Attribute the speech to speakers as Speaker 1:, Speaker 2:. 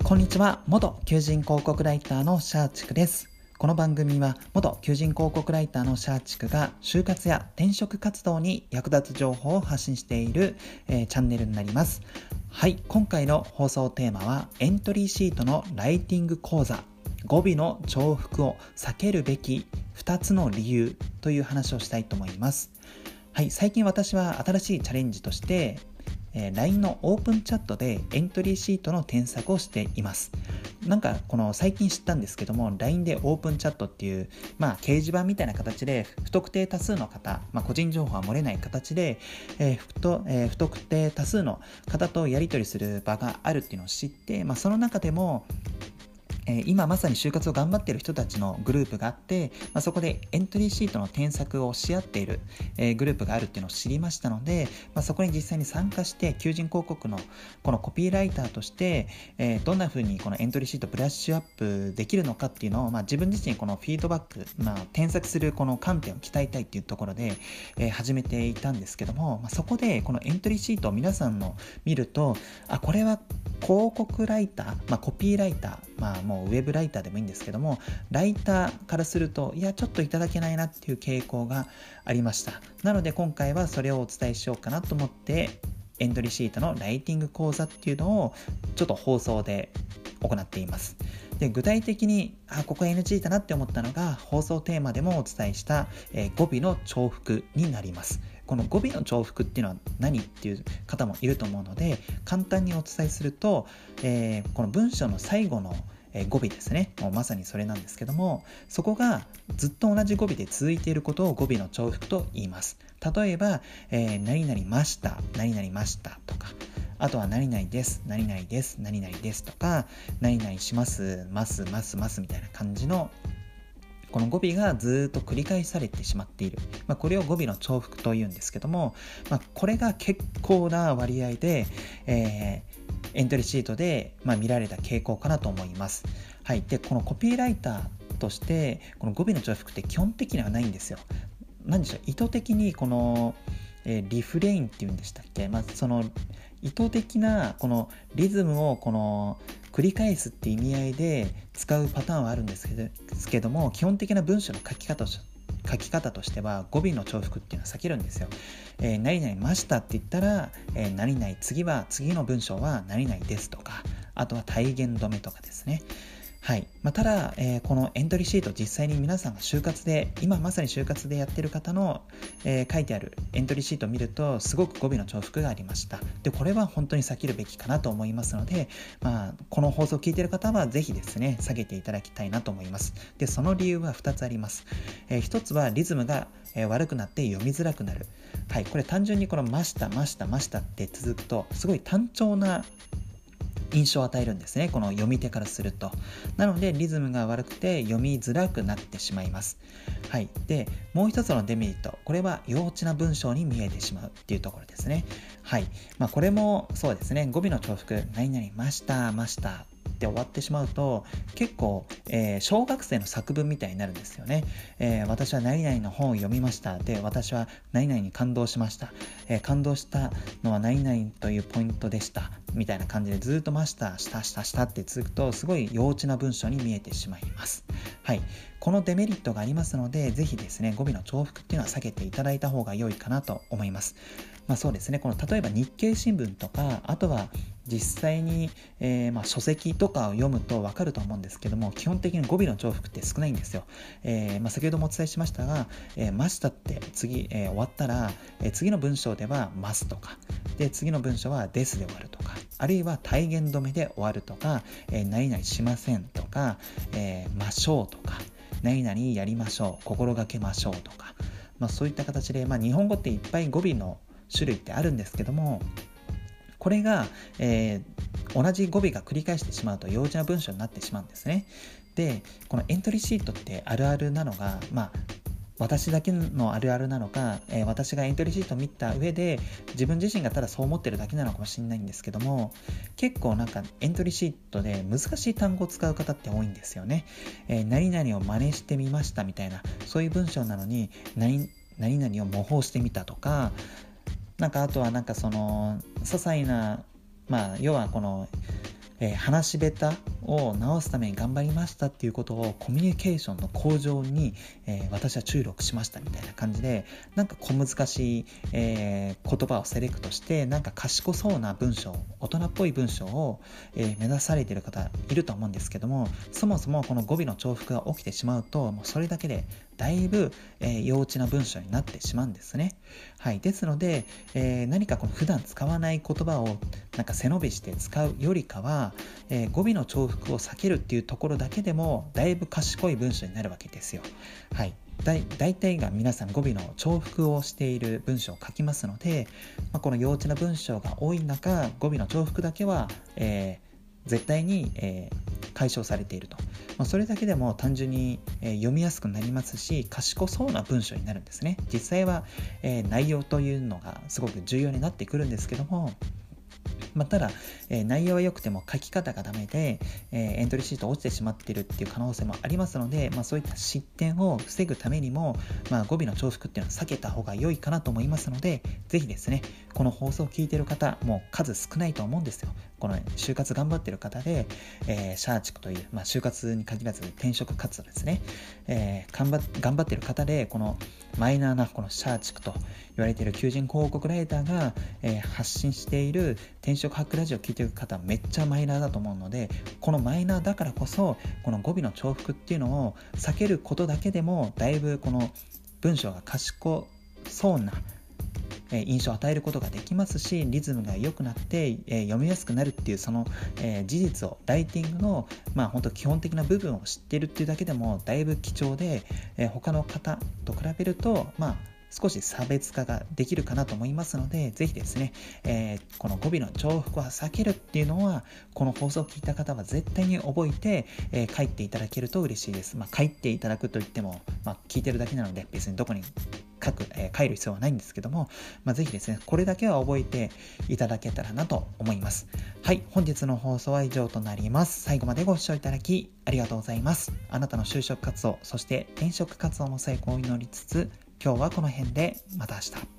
Speaker 1: こんにちは。元求人広告ライターのシャーチクです。この番組は元求人広告ライターのシャーチクが就活や転職活動に役立つ情報を発信している、チャンネルになります。はい、今回の放送テーマはエントリーシートのライティング講座、語尾の重複を避けるべき2つの理由という話をしたいと思います。はい、最近私は新しいチャレンジとしてLINE のオープンチャットでエントリーシートの添削をしています。この最近知ったんですけども、 LINE でオープンチャットっていう、掲示板みたいな形で不特定多数の方、個人情報は漏れない形で、不特定多数の方とやり取りする場があるっていうのを知って、その中でも今まさに就活を頑張っている人たちのグループがあって、そこでエントリーシートの添削をし合っている、グループがあるっていうのを知りましたので、そこに実際に参加して求人広告のこのコピーライターとして、どんな風にこのエントリーシートをブラッシュアップできるのかっていうのを、自分自身このフィードバック、添削するこの観点を鍛えたいっていうところで、始めていたんですけども、そこでこのエントリーシートを皆さんの見ると、これは広告ライター、コピーライター、もうウェブライターでもいいんですけども、ライターからするとちょっといただけないなっていう傾向がありました。なので今回はそれをお伝えしようかなと思って、エントリーシートのライティング講座っていうのをちょっと放送で行っています。で、具体的にここ NG だなって思ったのが、放送テーマでもお伝えした、語尾の重複になります。この語尾の重複っていうのは何っていう方もいると思うので、簡単にお伝えすると、この文章の最後の語尾ですね。もうまさにそれなんですけども、そこがずっと同じ語尾で続いていることを語尾の重複と言います。例えば、何々ました、何々ましたとか、あとは何々です、何々です、何々ですとか、何々します、ますますますみたいな感じのこの語尾がずっと繰り返されてしまっている、これを語尾の重複というんですけども、これが結構な割合で、エントリーシートで、見られた傾向かなと思います。はい。で、このコピーライターとしてこの語尾の重複って基本的にはないんですよ。何でしょう、意図的にこの、リフレインっていうんでしたっけ、その意図的なこのリズムをこの繰り返すって意味合いで使うパターンはあるんですけども、基本的な文章の書き方としては語尾の重複っていうのは避けるんですよ。何々ましたって言ったら、何々次の文章は何々ですとか、あとは体言止めとかですね。はい。ただ、このエントリーシート、実際に皆さんが今まさに就活でやってる方の、書いてあるエントリーシートを見ると、すごく語尾の重複がありました。で、これは本当に避けるべきかなと思いますので、この放送を聞いている方はぜひですね、下げていただきたいなと思います。で、その理由は2つあります。1つはリズムが悪くなって読みづらくなる。はい。これ単純にこのましたって続くと、すごい単調な印象を与えるんですね、この読み手からすると。なのでリズムが悪くて読みづらくなってしまいます。はい。で、もう一つのデメリット、これは幼稚な文章に見えてしまうっていうところですね。はい。これもそうですね、語尾の重複、何々ましたって終わってしまうと結構、小学生の作文みたいになるんですよね。私は何々の本を読みました。で、私は何々に感動しました。感動したのは何々というポイントでしたみたいな感じでずっとましたって続くと、すごい幼稚な文章に見えてしまいます。はい。このデメリットがありますので、ぜひですね、語尾の重複っていうのは避けていただいた方が良いかなと思います。そうですね、この例えば日経新聞とか、あとは実際に、書籍とかを読むと分かると思うんですけども、基本的に語尾の重複って少ないんですよ。先ほどもお伝えしましたが、ましたって次、終わったら、次の文章ではますとか、で次の文章はですで終わるとか、あるいは体言止めで終わるとか、何々しませんとか、ましょうとか、何々やりましょう、心がけましょうとか、そういった形で、日本語っていっぱい語尾の種類ってあるんですけども、これが、同じ語尾が繰り返してしまうと幼稚な文章になってしまうんですね。で、このエントリーシートってあるあるなのが、私だけのあるあるなのか、私がエントリーシートを見た上で自分自身がただそう思ってるだけなのかもしれないんですけども、結構エントリーシートで難しい単語を使う方って多いんですよね。何々を真似してみましたみたいな、そういう文章なのに何々を模倣してみたとか、あとはその些細な、要はこの話し下手を直すために頑張りましたっていうことをコミュニケーションの向上に、私は注力しましたみたいな感じで、なんか小難しい、言葉をセレクトして、なんか賢そうな文章、大人っぽい文章を、目指されている方いると思うんですけども、そもそもこの語尾の重複が起きてしまうと、もうそれだけでだいぶ、幼稚な文章になってしまうんですね。はい、ですので、何かこの普段使わない言葉をなんか背伸びして使うよりかは、語尾の重複を避けるっていうところだけでもだいぶ賢い文章になるわけですよ。はい、だいたいが皆さん語尾の重複をしている文章を書きますので、この幼稚な文章が多い中、語尾の重複だけは、絶対に、解消されていると、それだけでも単純に、読みやすくなりますし、賢そうな文章になるんですね。実際は、内容というのがすごく重要になってくるんですけども、ただ、内容は良くても書き方がダメで、エントリーシート落ちてしまっているっていう可能性もありますので、そういった失点を防ぐためにも、語尾の重複っていうのは避けた方が良いかなと思いますので、ぜひですね、この放送を聞いている方、もう数少ないと思うんですよ。この就活頑張っている方で、シャーチクという、就活に限らず転職活動ですね、頑張っている方で、このマイナーなこのシャーチクと言われている求人広告ライターが、発信している転職ハックラジオを聞いている方はめっちゃマイナーだと思うので、このマイナーだからこそこの語尾の重複っていうのを避けることだけでもだいぶこの文章が賢そうな印象を与えることができますし、リズムが良くなって、読みやすくなるっていうその、事実を、ライティングの本当基本的な部分を知っているっていうだけでもだいぶ貴重で、他の方と比べると少し差別化ができるかなと思いますので、ぜひですね、この語尾の重複は避けるっていうのは、この放送を聞いた方は絶対に覚えて、書いていただけると嬉しいです。書いていただくといっても、聞いてるだけなので別にどこに書る必要はないんですけども、ぜひですね、これだけは覚えていただけたらなと思います。はい、本日の放送は以上となります。最後までご視聴いただきありがとうございます。あなたの就職活動、そして転職活動の成功を祈りつつ、今日はこの辺で、また明日。